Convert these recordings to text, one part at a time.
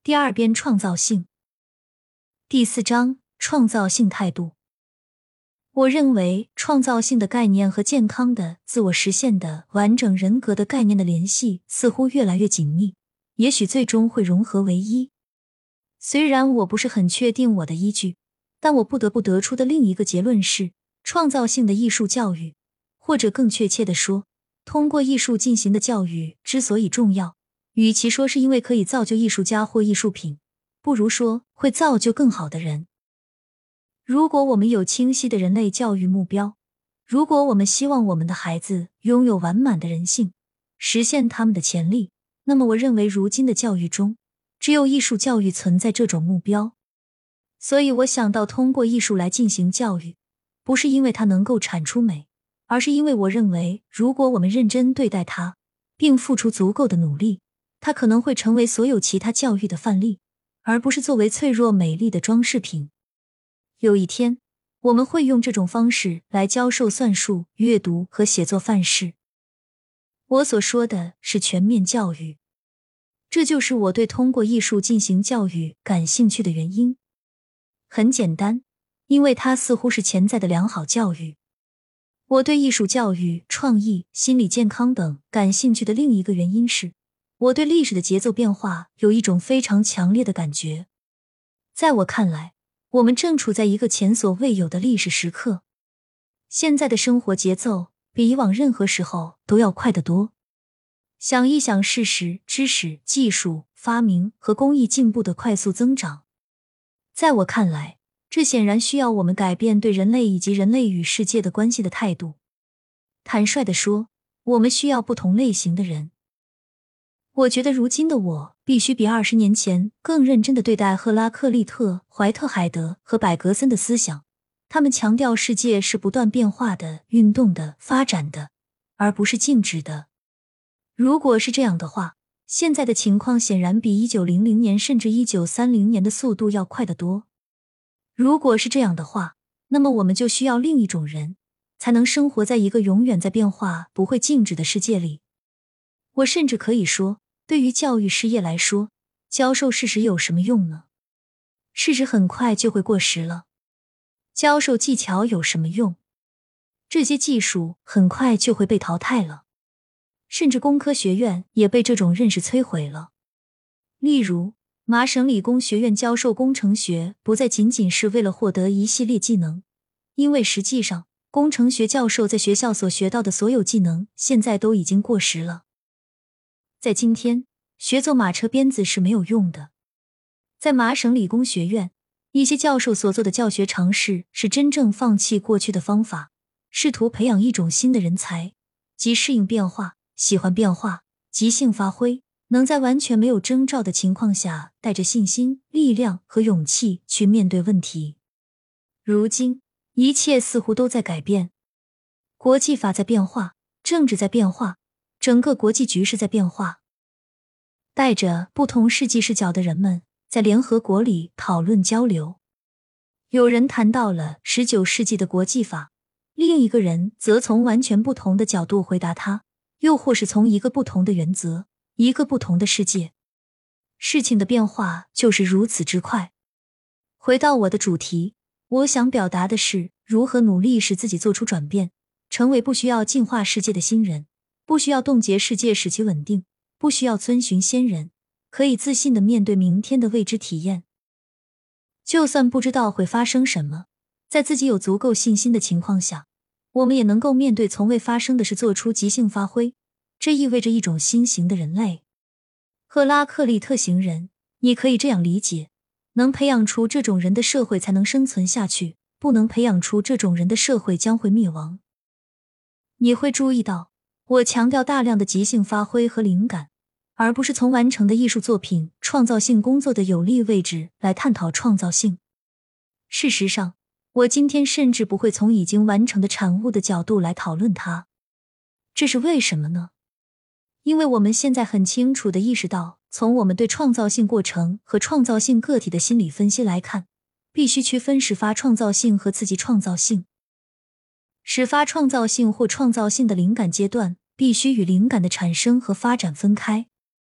第二编创造性。第4章创造性态度。我认为创造性的概念和健康的自我实现的完整人格的概念的联系似乎越来越紧密，也许最终会融合为一。虽然我不是很确定我的依据，但我不得不得出的另一个结论是，创造性的艺术教育，或者更确切地说，通过艺术进行的教育之所以重要，与其说是因为可以造就艺术家或艺术品，不如说会造就更好的人。如果我们有清晰的人类教育目标，如果我们希望我们的孩子拥有完满的人性，实现他们的潜力，那么我认为如今的教育中，只有艺术教育存在这种目标。所以我想到通过艺术来进行教育，不是因为它能够产出美，而是因为我认为如果我们认真对待它，并付出足够的努力，它可能会成为所有其他教育的范例，而不是作为脆弱美丽的装饰品。有一天，我们会用这种方式来教授算术、阅读和写作范式。我所说的是全面教育。这就是我对通过艺术进行教育感兴趣的原因。很简单，因为它似乎是潜在的良好教育。我对艺术教育、创意、心理健康等感兴趣的另一个原因是，我对历史的节奏变化有一种非常强烈的感觉。在我看来，我们正处在一个前所未有的历史时刻。现在的生活节奏比以往任何时候都要快得多。想一想事实、知识、技术、发明和工艺进步的快速增长。在我看来，这显然需要我们改变对人类以及人类与世界的关系的态度。坦率地说，我们需要不同类型的人。我觉得如今的我必须比20年前更认真地对待赫拉克利特、怀特海德和柏格森的思想。他们强调世界是不断变化的、运动的、发展的，而不是静止的。如果是这样的话，现在的情况显然比1900年甚至1930年的速度要快得多。如果是这样的话，那么我们就需要另一种人，才能生活在一个永远在变化、不会静止的世界里。我甚至可以说，对于教育事业来说，教授事实有什么用呢？事实很快就会过时了。教授技巧有什么用？这些技术很快就会被淘汰了。甚至工科学院也被这种认识摧毁了。例如，麻省理工学院教授工程学不再仅仅是为了获得一系列技能，因为实际上，工程学教授在学校所学到的所有技能现在都已经过时了。在今天，学做马车鞭子是没有用的。在麻省理工学院，一些教授所做的教学尝试是真正放弃过去的方法，试图培养一种新的人才，即适应变化、喜欢变化、即兴发挥，能在完全没有征兆的情况下带着信心、力量和勇气去面对问题。如今，一切似乎都在改变。国际法在变化，政治在变化，整个国际局势在变化。带着不同世纪视角的人们在联合国里讨论交流。有人谈到了19世纪的国际法，另一个人则从完全不同的角度回答他，又或是从一个不同的原则，一个不同的世界。事情的变化就是如此之快。回到我的主题，我想表达的是如何努力使自己做出转变，成为不需要净化世界的新人，不需要冻结世界使其稳定，不需要遵循先人，可以自信地面对明天的未知体验。就算不知道会发生什么，在自己有足够信心的情况下，我们也能够面对从未发生的事做出即兴发挥，这意味着一种新型的人类。赫拉克利特型人，你可以这样理解，能培养出这种人的社会才能生存下去，不能培养出这种人的社会将会灭亡。你会注意到，我强调大量的即兴发挥和灵感，而不是从完成的艺术作品、创造性工作的有利位置来探讨创造性。事实上，我今天甚至不会从已经完成的产物的角度来讨论它。这是为什么呢？因为我们现在很清楚地意识到，从我们对创造性过程和创造性个体的心理分析来看，必须区分始发创造性和刺激创造性。始发创造性或创造性的灵感阶段必须与灵感的产生和发展分开。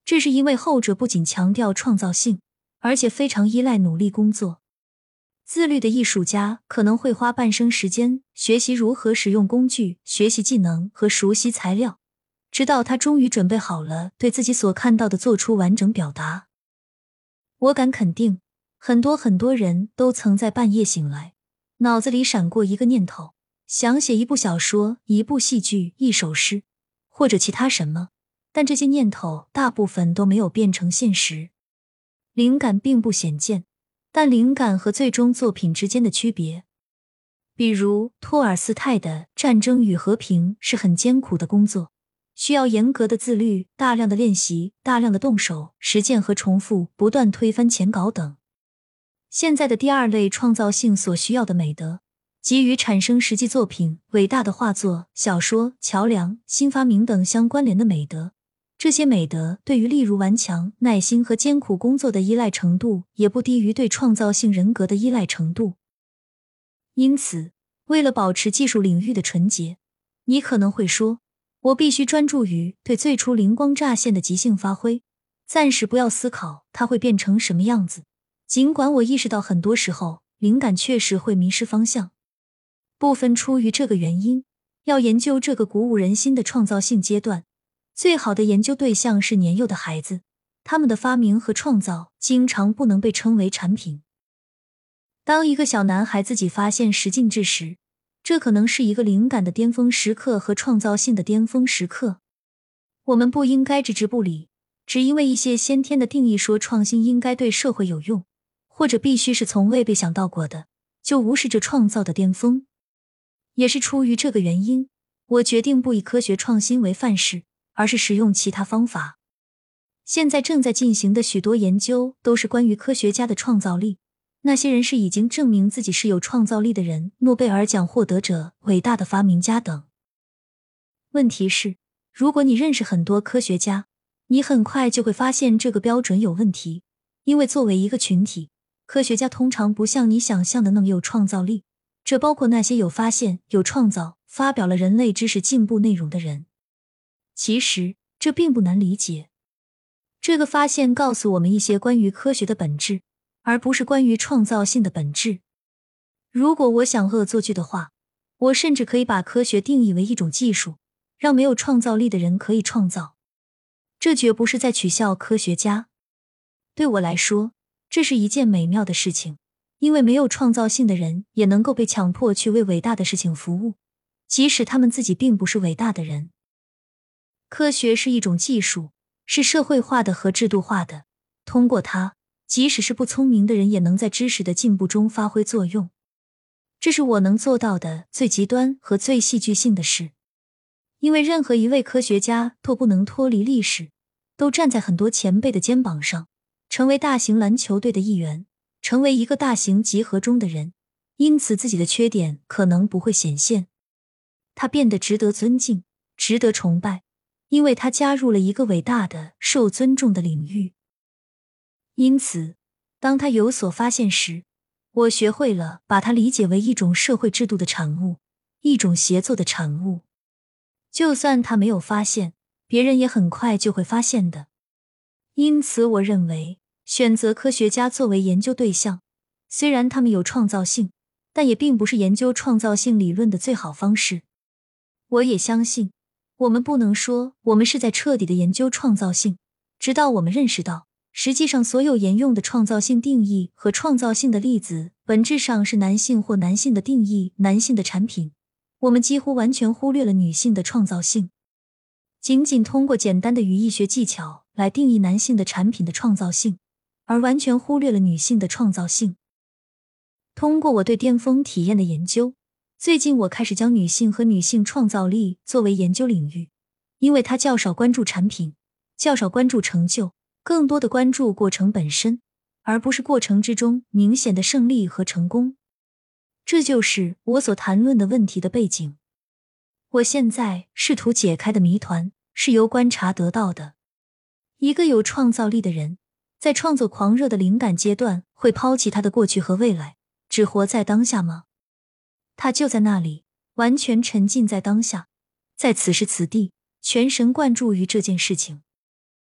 这是因为后者不仅强调创造性，而且非常依赖努力工作。自律的艺术家可能会花半生时间学习如何使用工具，学习技能和熟悉材料，直到他终于准备好了对自己所看到的做出完整表达。我敢肯定，很多人都曾在半夜醒来，脑子里闪过一个念头，想写一部小说、一部戏剧、一首诗，或者其他什么，但这些念头大部分都没有变成现实。灵感并不鲜见，但灵感和最终作品之间的区别，比如托尔斯泰的《战争与和平》是很艰苦的工作，需要严格的自律，大量的练习，大量的动手实践和重复，不断推翻前稿等。现在的第二类创造性所需要的美德，即与产生实际作品、伟大的画作、小说、桥梁、新发明等相关联的美德。这些美德对于例如顽强、耐心和艰苦工作的依赖程度，也不低于对创造性人格的依赖程度。因此，为了保持技术领域的纯洁，你可能会说，我必须专注于对最初灵光乍现的即兴发挥，暂时不要思考它会变成什么样子。尽管我意识到很多时候，灵感确实会迷失方向。部分出于这个原因，要研究这个鼓舞人心的创造性阶段，最好的研究对象是年幼的孩子，他们的发明和创造经常不能被称为产品。当一个小男孩自己发现十进制时，这可能是一个灵感的巅峰时刻和创造性的巅峰时刻。我们不应该置之不理，只因为一些先天的定义说创新应该对社会有用，或者必须是从未被想到过的，就无视这创造的巅峰。也是出于这个原因，我决定不以科学创新为范式，而是使用其他方法。现在正在进行的许多研究都是关于科学家的创造力，那些人是已经证明自己是有创造力的人，诺贝尔奖获得者、伟大的发明家等。问题是，如果你认识很多科学家，你很快就会发现这个标准有问题，因为作为一个群体，科学家通常不像你想象的那么有创造力，这包括那些有发现、有创造、发表了人类知识进步内容的人。其实，这并不难理解。这个发现告诉我们一些关于科学的本质，而不是关于创造性的本质。如果我想恶作剧的话，我甚至可以把科学定义为一种技术，让没有创造力的人可以创造。这绝不是在取笑科学家。对我来说，这是一件美妙的事情，因为没有创造性的人也能够被强迫去为伟大的事情服务，即使他们自己并不是伟大的人。科学是一种技术，是社会化的和制度化的，通过它，即使是不聪明的人也能在知识的进步中发挥作用。这是我能做到的最极端和最戏剧性的事。因为任何一位科学家都不能脱离历史，都站在很多前辈的肩膀上，成为大型篮球队的一员，成为一个大型集合中的人，因此自己的缺点可能不会显现。他变得值得尊敬，值得崇拜，因为他加入了一个伟大的、受尊重的领域。因此，当他有所发现时，我学会了把它理解为一种社会制度的产物，一种协作的产物。就算他没有发现，别人也很快就会发现的。因此，我认为选择科学家作为研究对象，虽然他们有创造性，但也并不是研究创造性理论的最好方式。我也相信，我们不能说我们是在彻底的研究创造性，直到我们认识到，实际上所有沿用的创造性定义和创造性的例子，本质上是男性或男性的定义，男性的产品。我们几乎完全忽略了女性的创造性，仅仅通过简单的语义学技巧来定义男性的产品的创造性，而完全忽略了女性的创造性。通过我对巅峰体验的研究，最近我开始将女性和女性创造力作为研究领域，因为它较少关注产品，较少关注成就，更多的关注过程本身，而不是过程之中明显的胜利和成功。这就是我所谈论的问题的背景。我现在试图解开的谜团是由观察得到的。一个有创造力的人，在创作狂热的灵感阶段会抛弃他的过去和未来，只活在当下吗？他就在那里，完全沉浸在当下，在此时此地，全神贯注于这件事情。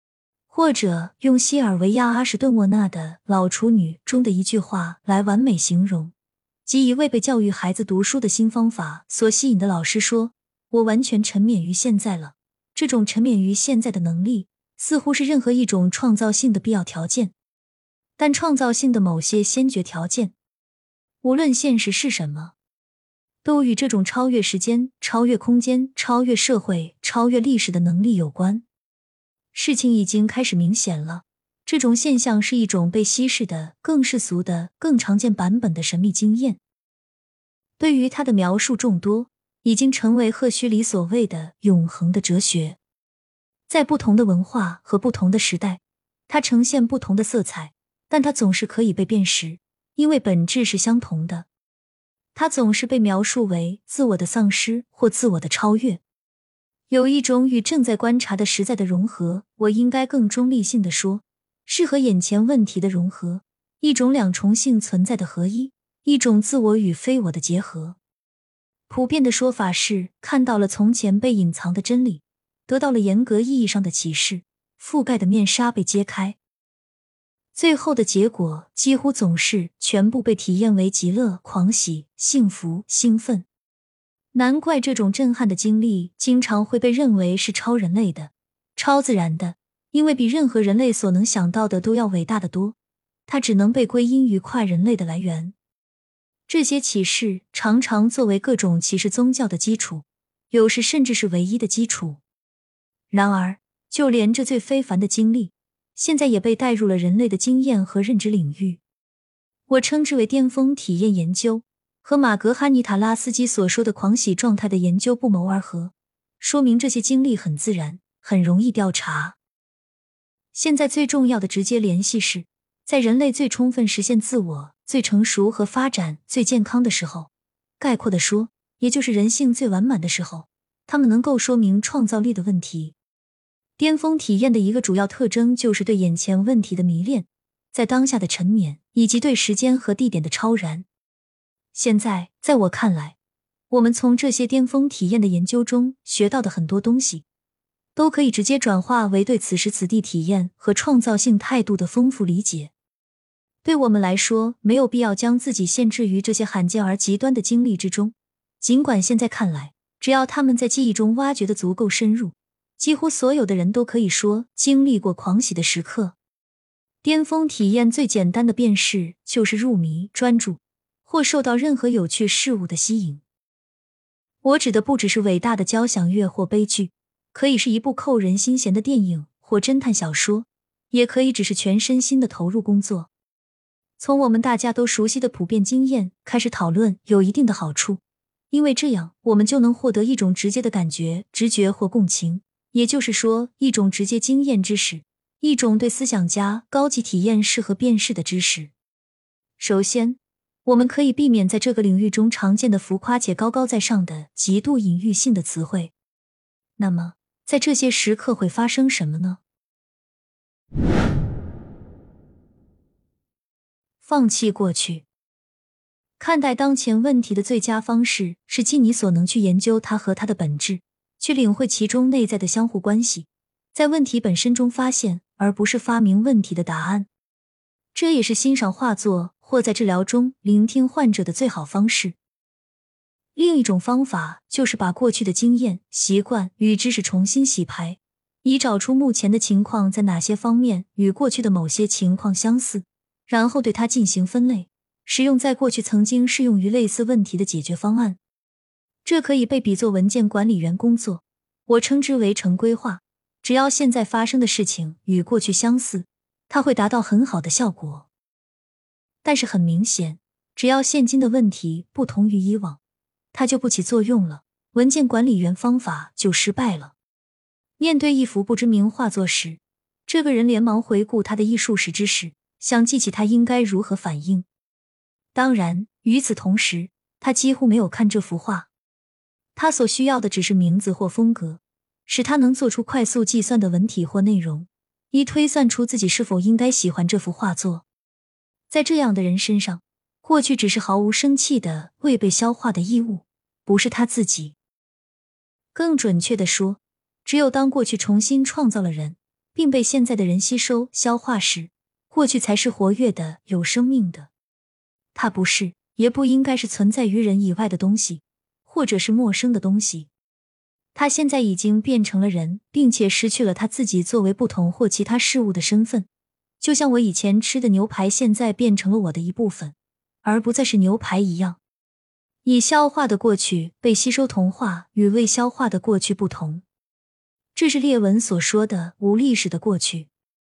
或者用希尔维亚·阿什顿沃纳的《老处女》中的一句话来完美形容，即一位被教育孩子读书的新方法所吸引的老师说，我完全沉湎于现在了。这种沉湎于现在的能力似乎是任何一种创造性的必要条件，但创造性的某些先决条件，无论现实是什么，都与这种超越时间、超越空间、超越社会、超越历史的能力有关。事情已经开始明显了，这种现象是一种被稀释的、更世俗的、更常见版本的神秘经验。对于它的描述众多，已经成为赫胥黎所谓的永恒的哲学。在不同的文化和不同的时代，它呈现不同的色彩，但它总是可以被辨识，因为本质是相同的。它总是被描述为自我的丧失或自我的超越。有一种与正在观察的实在的融合，我应该更中立性地说，是和眼前问题的融合，一种两重性存在的合一，一种自我与非我的结合。普遍的说法是，看到了从前被隐藏的真理，得到了严格意义上的启示，覆盖的面纱被揭开。最后的结果几乎总是全部被体验为极乐、狂喜、幸福、兴奋。难怪这种震撼的经历经常会被认为是超人类的、超自然的，因为比任何人类所能想到的都要伟大得多，它只能被归因于跨人类的来源。这些启示常常作为各种启示宗教的基础，有时甚至是唯一的基础。然而，就连这最非凡的经历，现在也被带入了人类的经验和认知领域。我称之为巅峰体验研究，和马格哈尼塔拉斯基所说的狂喜状态的研究不谋而合，说明这些经历很自然，很容易调查。现在最重要的直接联系是，在人类最充分实现自我、最成熟和发展最健康的时候，概括地说，也就是人性最完满的时候，它们能够说明创造力的问题。巅峰体验的一个主要特征就是对眼前问题的迷恋，在当下的沉湎，以及对时间和地点的超然。现在，在我看来，我们从这些巅峰体验的研究中学到的很多东西，都可以直接转化为对此时此地体验和创造性态度的丰富理解。对我们来说，没有必要将自己限制于这些罕见而极端的经历之中，尽管现在看来，只要他们在记忆中挖掘得足够深入，几乎所有的人都可以说经历过狂喜的时刻。巅峰体验最简单的辨识就是入迷、专注，或受到任何有趣事物的吸引。我指的不只是伟大的交响乐或悲剧，可以是一部扣人心弦的电影或侦探小说，也可以只是全身心的投入工作。从我们大家都熟悉的普遍经验开始讨论有一定的好处，因为这样我们就能获得一种直接的感觉、直觉或共情，也就是说，一种直接经验知识，一种对思想家高级体验适合辨识的知识。首先，我们可以避免在这个领域中常见的浮夸且高高在上的极度隐喻性的词汇。那么，在这些时刻会发生什么呢？放弃过去。看待当前问题的最佳方式是尽你所能去研究它和它的本质，去领会其中内在的相互关系，在问题本身中发现，而不是发明问题的答案。这也是欣赏画作或在治疗中聆听患者的最好方式。另一种方法就是把过去的经验、习惯与知识重新洗牌，以找出目前的情况在哪些方面与过去的某些情况相似，然后对它进行分类，使用在过去曾经适用于类似问题的解决方案。这可以被比作文件管理员工作，我称之为成规划。只要现在发生的事情与过去相似，它会达到很好的效果。但是很明显，只要现今的问题不同于以往，它就不起作用了，文件管理员方法就失败了。面对一幅不知名画作时，这个人连忙回顾他的艺术史知识，想记起他应该如何反应。当然，与此同时，他几乎没有看这幅画。他所需要的只是名字或风格，使他能做出快速计算的文体或内容，以推算出自己是否应该喜欢这幅画作。在这样的人身上，过去只是毫无生气的未被消化的异物，不是他自己。更准确地说，只有当过去重新创造了人， 并被现在的人吸收消化时，过去才是活跃的、有生命的。它不是，也不应该是存在于人以外的东西，或者是陌生的东西。它现在已经变成了人，并且失去了他自己作为不同或其他事物的身份。就像我以前吃的牛排现在变成了我的一部分，而不再是牛排一样。已消化的过去被吸收同化，与未消化的过去不同。这是列文所说的无历史的过去。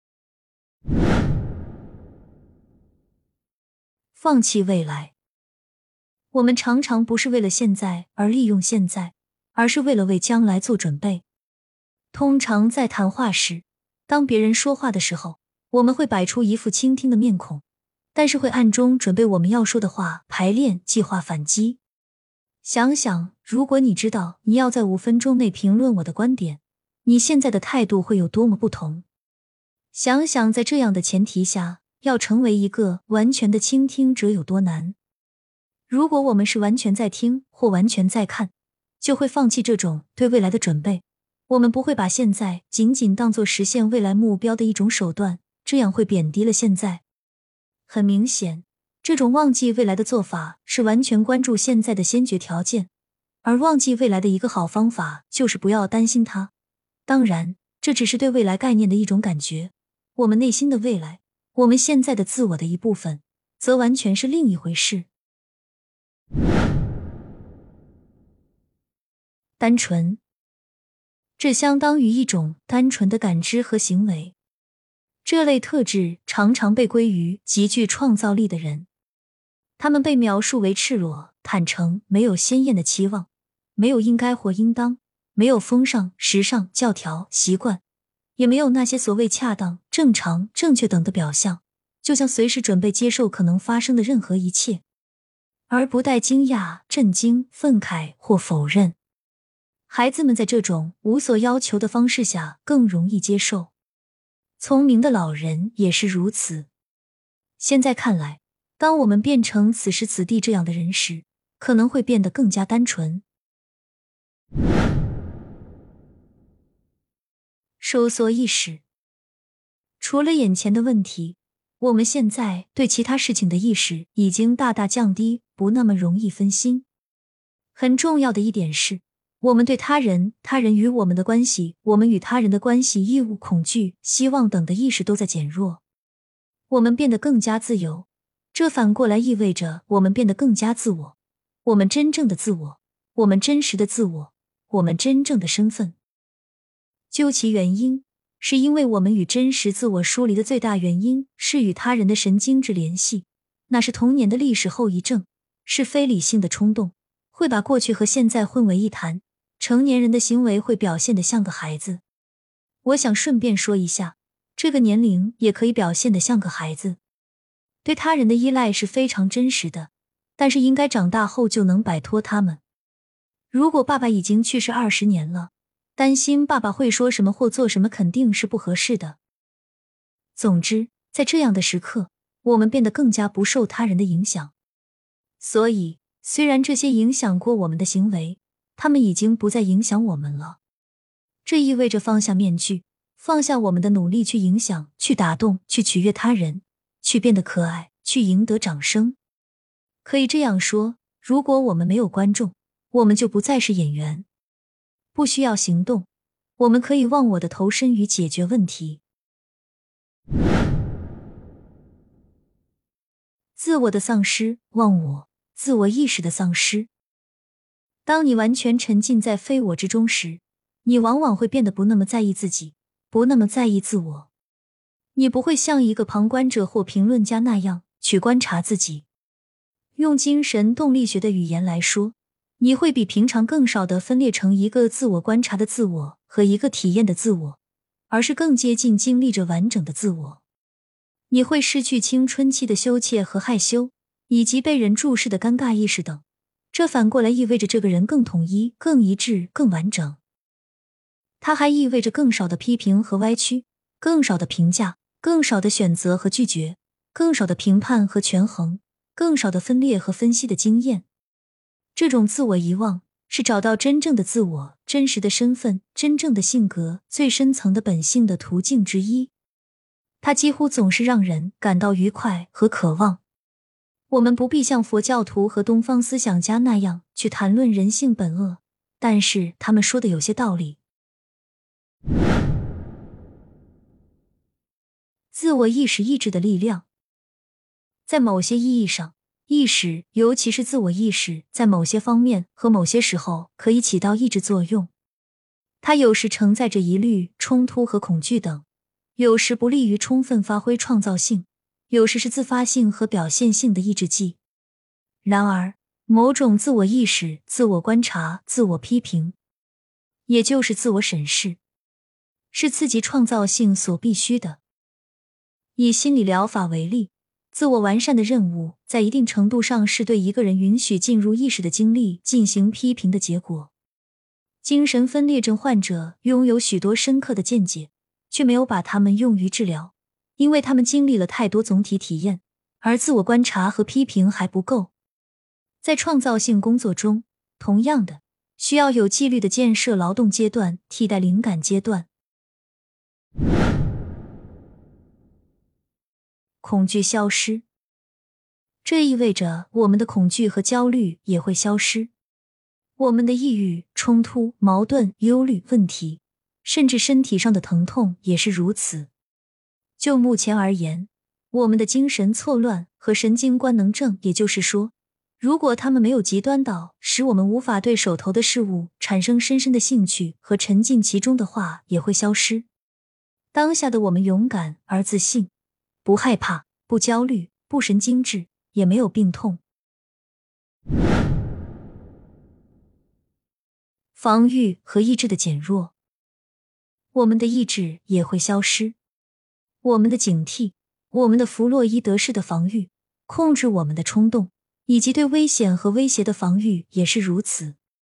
放弃未来。我们常常不是为了现在而利用现在，而是为了为将来做准备。通常在谈话时，当别人说话的时候，我们会摆出一副倾听的面孔，但是会暗中准备我们要说的话，排练计划反击。想想，如果你知道你要在5分钟内评论我的观点，你现在的态度会有多么不同。想想在这样的前提下，要成为一个完全的倾听者有多难。如果我们是完全在听或完全在看，就会放弃这种对未来的准备。我们不会把现在仅仅当作实现未来目标的一种手段，这样会贬低了现在。很明显，这种忘记未来的做法是完全关注现在的先决条件，而忘记未来的一个好方法就是不要担心它。当然，这只是对未来概念的一种感觉，我们内心的未来，我们现在的自我的一部分，则完全是另一回事。单纯，这相当于一种单纯的感知和行为。这类特质常常被归于极具创造力的人，他们被描述为赤裸、坦诚，没有鲜艳的期望，没有应该或应当，没有风尚、时尚、教条、习惯，也没有那些所谓恰当、正常、正确等的表象，就像随时准备接受可能发生的任何一切，而不带惊讶、震惊、愤慨或否认。孩子们在这种无所要求的方式下更容易接受。聪明的老人也是如此。现在看来，当我们变成此时此地这样的人时，可能会变得更加单纯。收缩意识。除了眼前的问题，我们现在对其他事情的意识已经大大降低，不那么容易分心。很重要的一点是，我们对他人、他人与我们的关系、我们与他人的关系、义务、恐惧、希望等的意识都在减弱。我们变得更加自由，这反过来意味着我们变得更加自我，我们真正的自我，我们真实的自我，我们真正的身份。究其原因，是因为我们与真实自我疏离的最大原因是与他人的神经质联系，那是童年的历史后遗症，是非理性的冲动，会把过去和现在混为一谈。成年人的行为会表现得像个孩子。我想顺便说一下，这个年龄也可以表现得像个孩子。对他人的依赖是非常真实的，但是应该长大后就能摆脱他们。如果爸爸已经去世20年了，担心爸爸会说什么或做什么肯定是不合适的。总之，在这样的时刻，我们变得更加不受他人的影响。所以，虽然这些影响过我们的行为，他们已经不再影响我们了。这意味着放下面具，放下我们的努力去影响、去打动、去取悦他人，去变得可爱，去赢得掌声。可以这样说，如果我们没有观众，我们就不再是演员。不需要行动，我们可以忘我的投身于解决问题。自我的丧失，忘我，自我意识的丧失。当你完全沉浸在非我之中时，你往往会变得不那么在意自己，不那么在意自我。你不会像一个旁观者或评论家那样去观察自己。用精神动力学的语言来说，你会比平常更少地分裂成一个自我观察的自我和一个体验的自我，而是更接近经历着完整的自我。你会失去青春期的羞怯和害羞，以及被人注视的尴尬意识等。这反过来意味着这个人更统一、更一致、更完整。它还意味着更少的批评和歪曲，更少的评价，更少的选择和拒绝，更少的评判和权衡，更少的分裂和分析的经验。这种自我遗忘是找到真正的自我真实的身份、真正的性格、最深层的本性的途径之一。它几乎总是让人感到愉快和渴望。我们不必像佛教徒和东方思想家那样去谈论人性本恶，但是他们说的有些道理。自我意识意志的力量，在某些意义上，意识，尤其是自我意识，在某些方面和某些时候可以起到抑制作用。它有时承载着疑虑、冲突和恐惧等，有时不利于充分发挥创造性，有时是自发性和表现性的抑制剂。然而，某种自我意识、自我观察、自我批评，也就是自我审视，是刺激创造性所必须的。以心理疗法为例，自我完善的任务在一定程度上是对一个人允许进入意识的经历进行批评的结果。精神分裂症患者拥有许多深刻的见解，却没有把它们用于治疗，因为他们经历了太多总体体验，而自我观察和批评还不够。在创造性工作中，同样的，需要有纪律的建设劳动阶段替代灵感阶段。恐惧消失，这意味着我们的恐惧和焦虑也会消失。我们的抑郁、冲突、矛盾、忧虑、问题，甚至身体上的疼痛也是如此。就目前而言，我们的精神错乱和神经官能症，也就是说，如果他们没有极端到使我们无法对手头的事物产生深深的兴趣和沉浸其中的话，也会消失。当下的我们勇敢而自信，不害怕，不焦虑，不神经质，也没有病痛。防御和意志的减弱，我们的意志也会消失。我们的警惕，我们的弗洛伊德式的防御，控制我们的冲动，以及对危险和威胁的防御也是如此。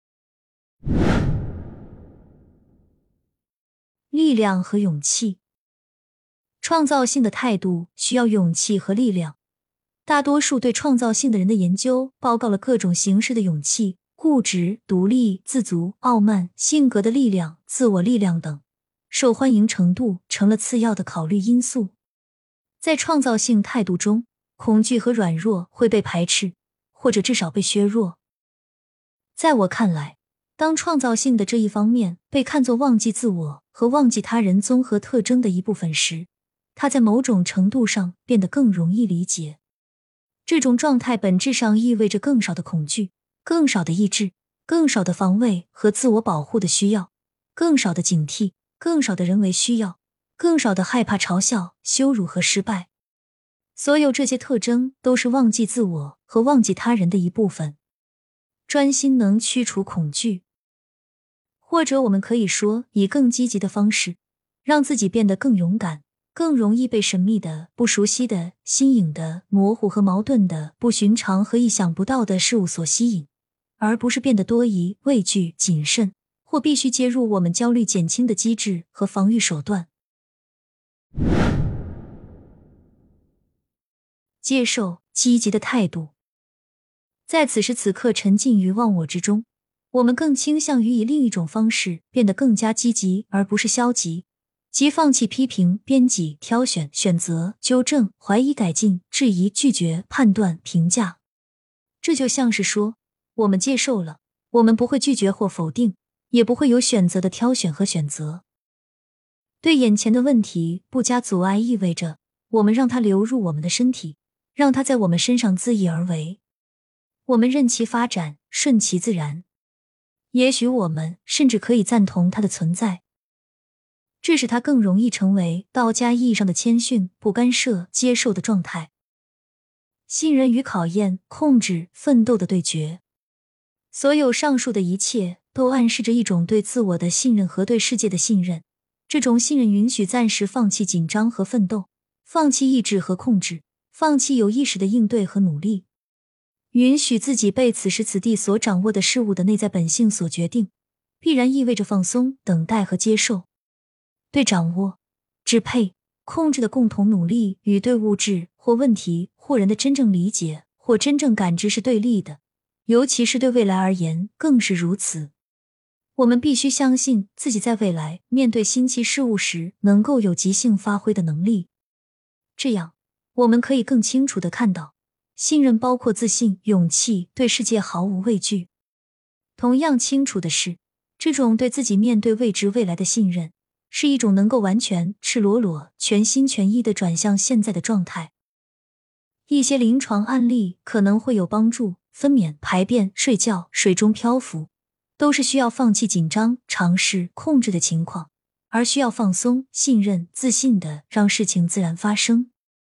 力量和勇气，创造性的态度需要勇气和力量。大多数对创造性的人的研究报告了各种形式的勇气、固执、独立、自足、傲慢、性格的力量、自我力量等，受欢迎程度成了次要的考虑因素。在创造性态度中，恐惧和软弱会被排斥，或者至少被削弱。在我看来，当创造性的这一方面被看作忘记自我和忘记他人综合特征的一部分时，它在某种程度上变得更容易理解。这种状态本质上意味着更少的恐惧，更少的意志，更少的防卫和自我保护的需要，更少的警惕，更少的人为需要，更少的害怕嘲笑、羞辱和失败。所有这些特征都是忘记自我和忘记他人的一部分。专心能驱除恐惧，或者我们可以说，以更积极的方式，让自己变得更勇敢，更容易被神秘的、不熟悉的、新颖的、模糊和矛盾的、不寻常和意想不到的事物所吸引，而不是变得多疑、畏惧、谨慎，或必须接入我们焦虑减轻的机制和防御手段。接受积极的态度，在此时此刻沉浸于忘我之中，我们更倾向于以另一种方式变得更加积极，而不是消极。即放弃批评、编辑、挑选、选择、纠正、怀疑、改进、质疑、拒绝、判断、评价。这就像是说，我们接受了，我们不会拒绝或否定，也不会有选择的挑选和选择。对眼前的问题不加阻碍，意味着我们让它流入我们的身体，让它在我们身上恣意而为。我们任其发展，顺其自然。也许我们甚至可以赞同它的存在。这使它更容易成为道家意义上的谦逊、不干涉、接受的状态。信任与考验、控制、奋斗的对决。所有上述的一切都暗示着一种对自我的信任和对世界的信任。这种信任允许暂时放弃紧张和奋斗，放弃意志和控制，放弃有意识的应对和努力，允许自己被此时此地所掌握的事物的内在本性所决定，必然意味着放松、等待和接受。对掌握、支配、控制的共同努力与对物质或问题或人的真正理解或真正感知是对立的，尤其是对未来而言更是如此。 我们必须相信自己在未来面对新奇事物时能够有即兴发挥的能力。这样，我们可以更清楚地看到，信任包括自信、勇气，对世界毫无畏惧。同样清楚的是，这种对自己面对未知未来的信任，是一种能够完全赤裸裸、全心全意地转向现在的状态。一些临床案例可能会有帮助，分娩、排便、睡觉、水中漂浮，都是需要放弃紧张、尝试、控制的情况，而需要放松、信任、自信地让事情自然发生。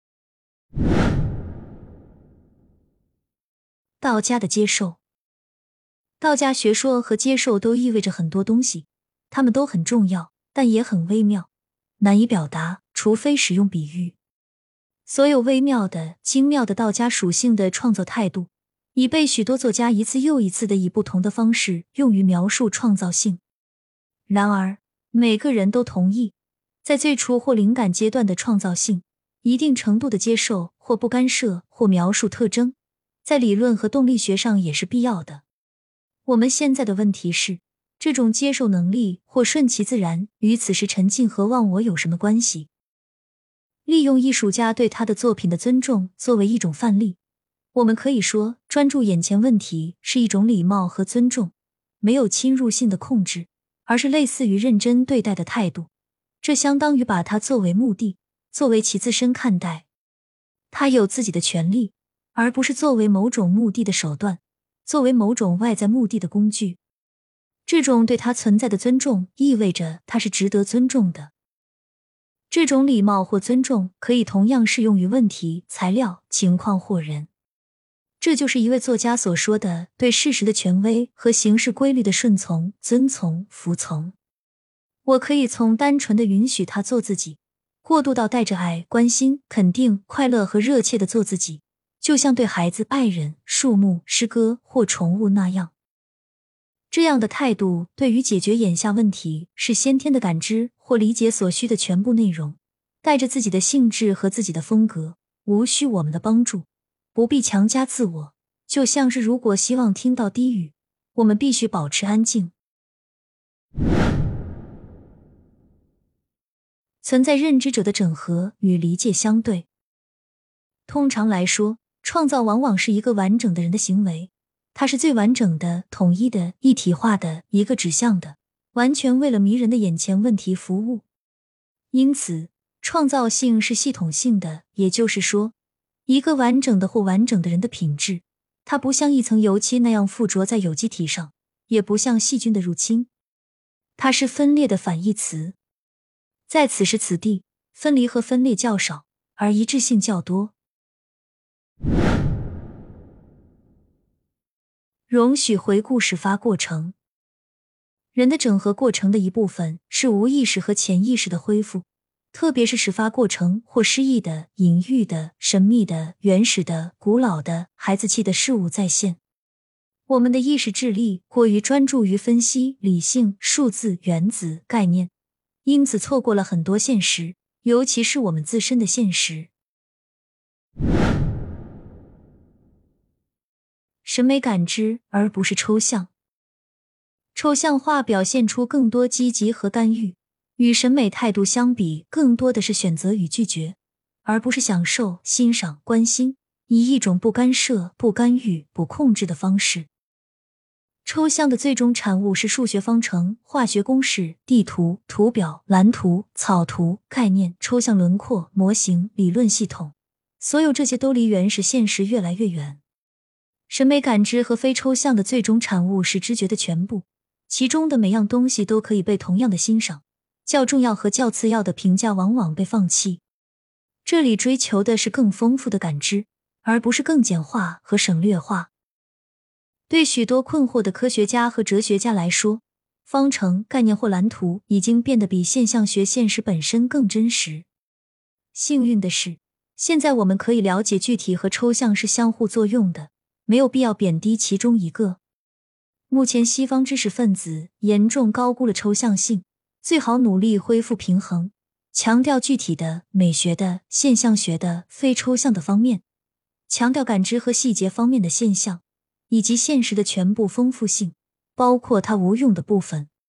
道家的接受。道家学说和接受都意味着很多东西，它们都很重要，但也很微妙，难以表达，除非使用比喻。所有微妙的、精妙的道家属性的创作态度，已被许多作家一次又一次地以不同的方式用于描述创造性。然而，每个人都同意，在最初或灵感阶段的创造性，一定程度的接受或不干涉或描述特征，在理论和动力学上也是必要的。我们现在的问题是，这种接受能力或顺其自然与此时沉浸和忘我有什么关系？利用艺术家对他的作品的尊重作为一种范例，我们可以说，专注眼前问题是一种礼貌和尊重，没有侵入性的控制，而是类似于认真对待的态度。这相当于把它作为目的，作为其自身看待。他有自己的权利，而不是作为某种目的的手段，作为某种外在目的的工具。这种对他存在的尊重意味着他是值得尊重的。这种礼貌或尊重可以同样适用于问题、材料、情况或人。这就是一位作家所说的对事实的权威和形式规律的顺从、遵从、服从。我可以从单纯的允许他做自己，过渡到带着爱、关心、肯定、快乐和热切的做自己，就像对孩子、爱人、树木、诗歌或宠物那样。这样的态度对于解决眼下问题是先天的感知或理解所需的全部内容，带着自己的性质和自己的风格，无需我们的帮助，不必强加自我，就像是如果希望听到低语，我们必须保持安静。存在认知者的整合与离界相对。通常来说，创造往往是一个完整的人的行为，它是最完整的、统一的、一体化的、一个指向的，完全为了迷人的眼前问题服务。因此，创造性是系统性的，也就是说，一个完整的或完整的人的品质，它不像一层油漆那样附着在有机体上，也不像细菌的入侵，它是分裂的反义词。在此时此地，分离和分裂较少，而一致性较多。容许回顾始发过程。人的整合过程的一部分是无意识和潜意识的恢复，特别是始发过程或诗意的、隐喻的、神秘的、原始的、古老的、孩子气的事物再现。我们的意识智力过于专注于分析、理性、数字、原子、概念，因此错过了很多现实，尤其是我们自身的现实。审美感知而不是抽象。抽象化表现出更多积极和干预，与审美态度相比，更多的是选择与拒绝，而不是享受、欣赏、关心，以一种不干涉、不干预、不控制的方式。抽象的最终产物是数学方程、化学公式、地图、图表、蓝图、草图、概念、抽象轮廓、模型、理论系统，所有这些都离原始现实越来越远。审美感知和非抽象的最终产物是知觉的全部，其中的每样东西都可以被同样的欣赏，较重要和较次要的评价往往被放弃。这里追求的是更丰富的感知，而不是更简化和省略化。对许多困惑的科学家和哲学家来说，方程、概念或蓝图已经变得比现象学现实本身更真实。幸运的是，现在我们可以了解具体和抽象是相互作用的，没有必要贬低其中一个。目前西方知识分子严重高估了抽象性，最好努力恢复平衡，强调具体的、美学的、现象学的、非抽象的方面，强调感知和细节方面的现象，以及现实的全部丰富性，包括它无用的部分。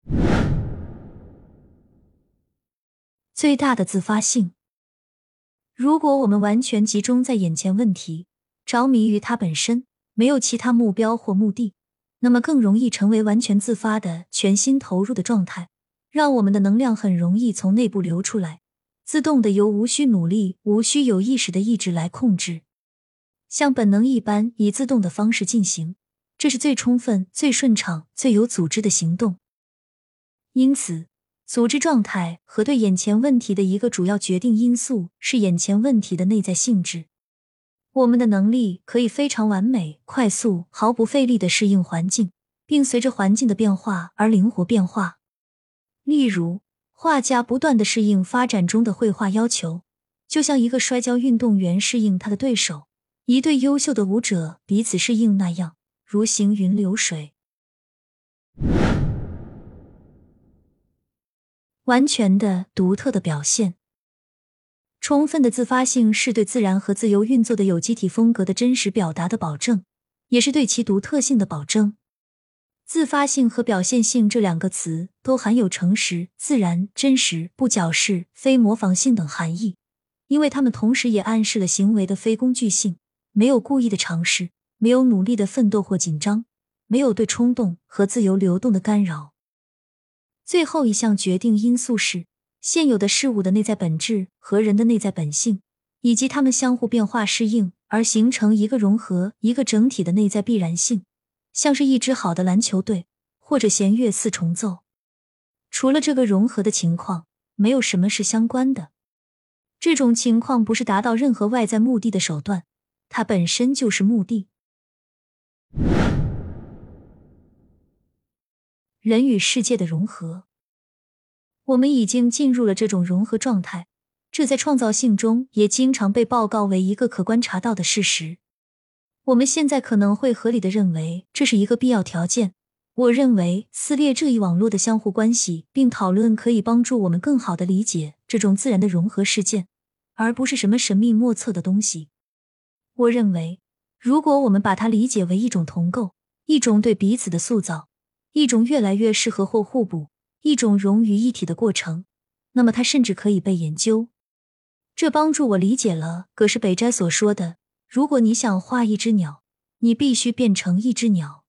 最大的自发性。如果我们完全集中在眼前问题，着迷于它本身，没有其他目标或目的，那么更容易成为完全自发的全心投入的状态，让我们的能量很容易从内部流出来，自动的由无需努力、无需有意识的意志来控制，像本能一般以自动的方式进行，这是最充分、最顺畅、最有组织的行动。因此，组织状态和对眼前问题的一个主要决定因素是眼前问题的内在性质。我们的能力可以非常完美、快速、毫不费力地适应环境，并随着环境的变化而灵活变化。例如，画家不断地适应发展中的绘画要求，就像一个摔跤运动员适应他的对手，一对优秀的舞者彼此适应那样，如行云流水。完全的、独特的表现。充分的自发性是对自然和自由运作的有机体风格的真实表达的保证，也是对其独特性的保证。自发性和表现性这两个词都含有诚实、自然、真实、不矫饰、非模仿性等含义，因为它们同时也暗示了行为的非工具性，没有故意的尝试，没有努力的奋斗或紧张，没有对冲动和自由流动的干扰。最后一项决定因素是现有的事物的内在本质和人的内在本性，以及它们相互变化适应而形成一个融合、一个整体的内在必然性，像是一支好的篮球队或者弦乐四重奏。除了这个融合的情况，没有什么是相关的。这种情况不是达到任何外在目的的手段，它本身就是目的。人与世界的融合。我们已经进入了这种融合状态，这在创造性中也经常被报告为一个可观察到的事实。我们现在可能会合理地认为这是一个必要条件。我认为撕裂这一网络的相互关系并讨论可以帮助我们更好地理解这种自然的融合事件，而不是什么神秘莫测的东西。我认为，如果我们把它理解为一种同构，一种对彼此的塑造，一种越来越适合或互补，一种融于一体的过程，那么它甚至可以被研究。这帮助我理解了葛饰北斋所说的，如果你想画一只鸟，你必须变成一只鸟。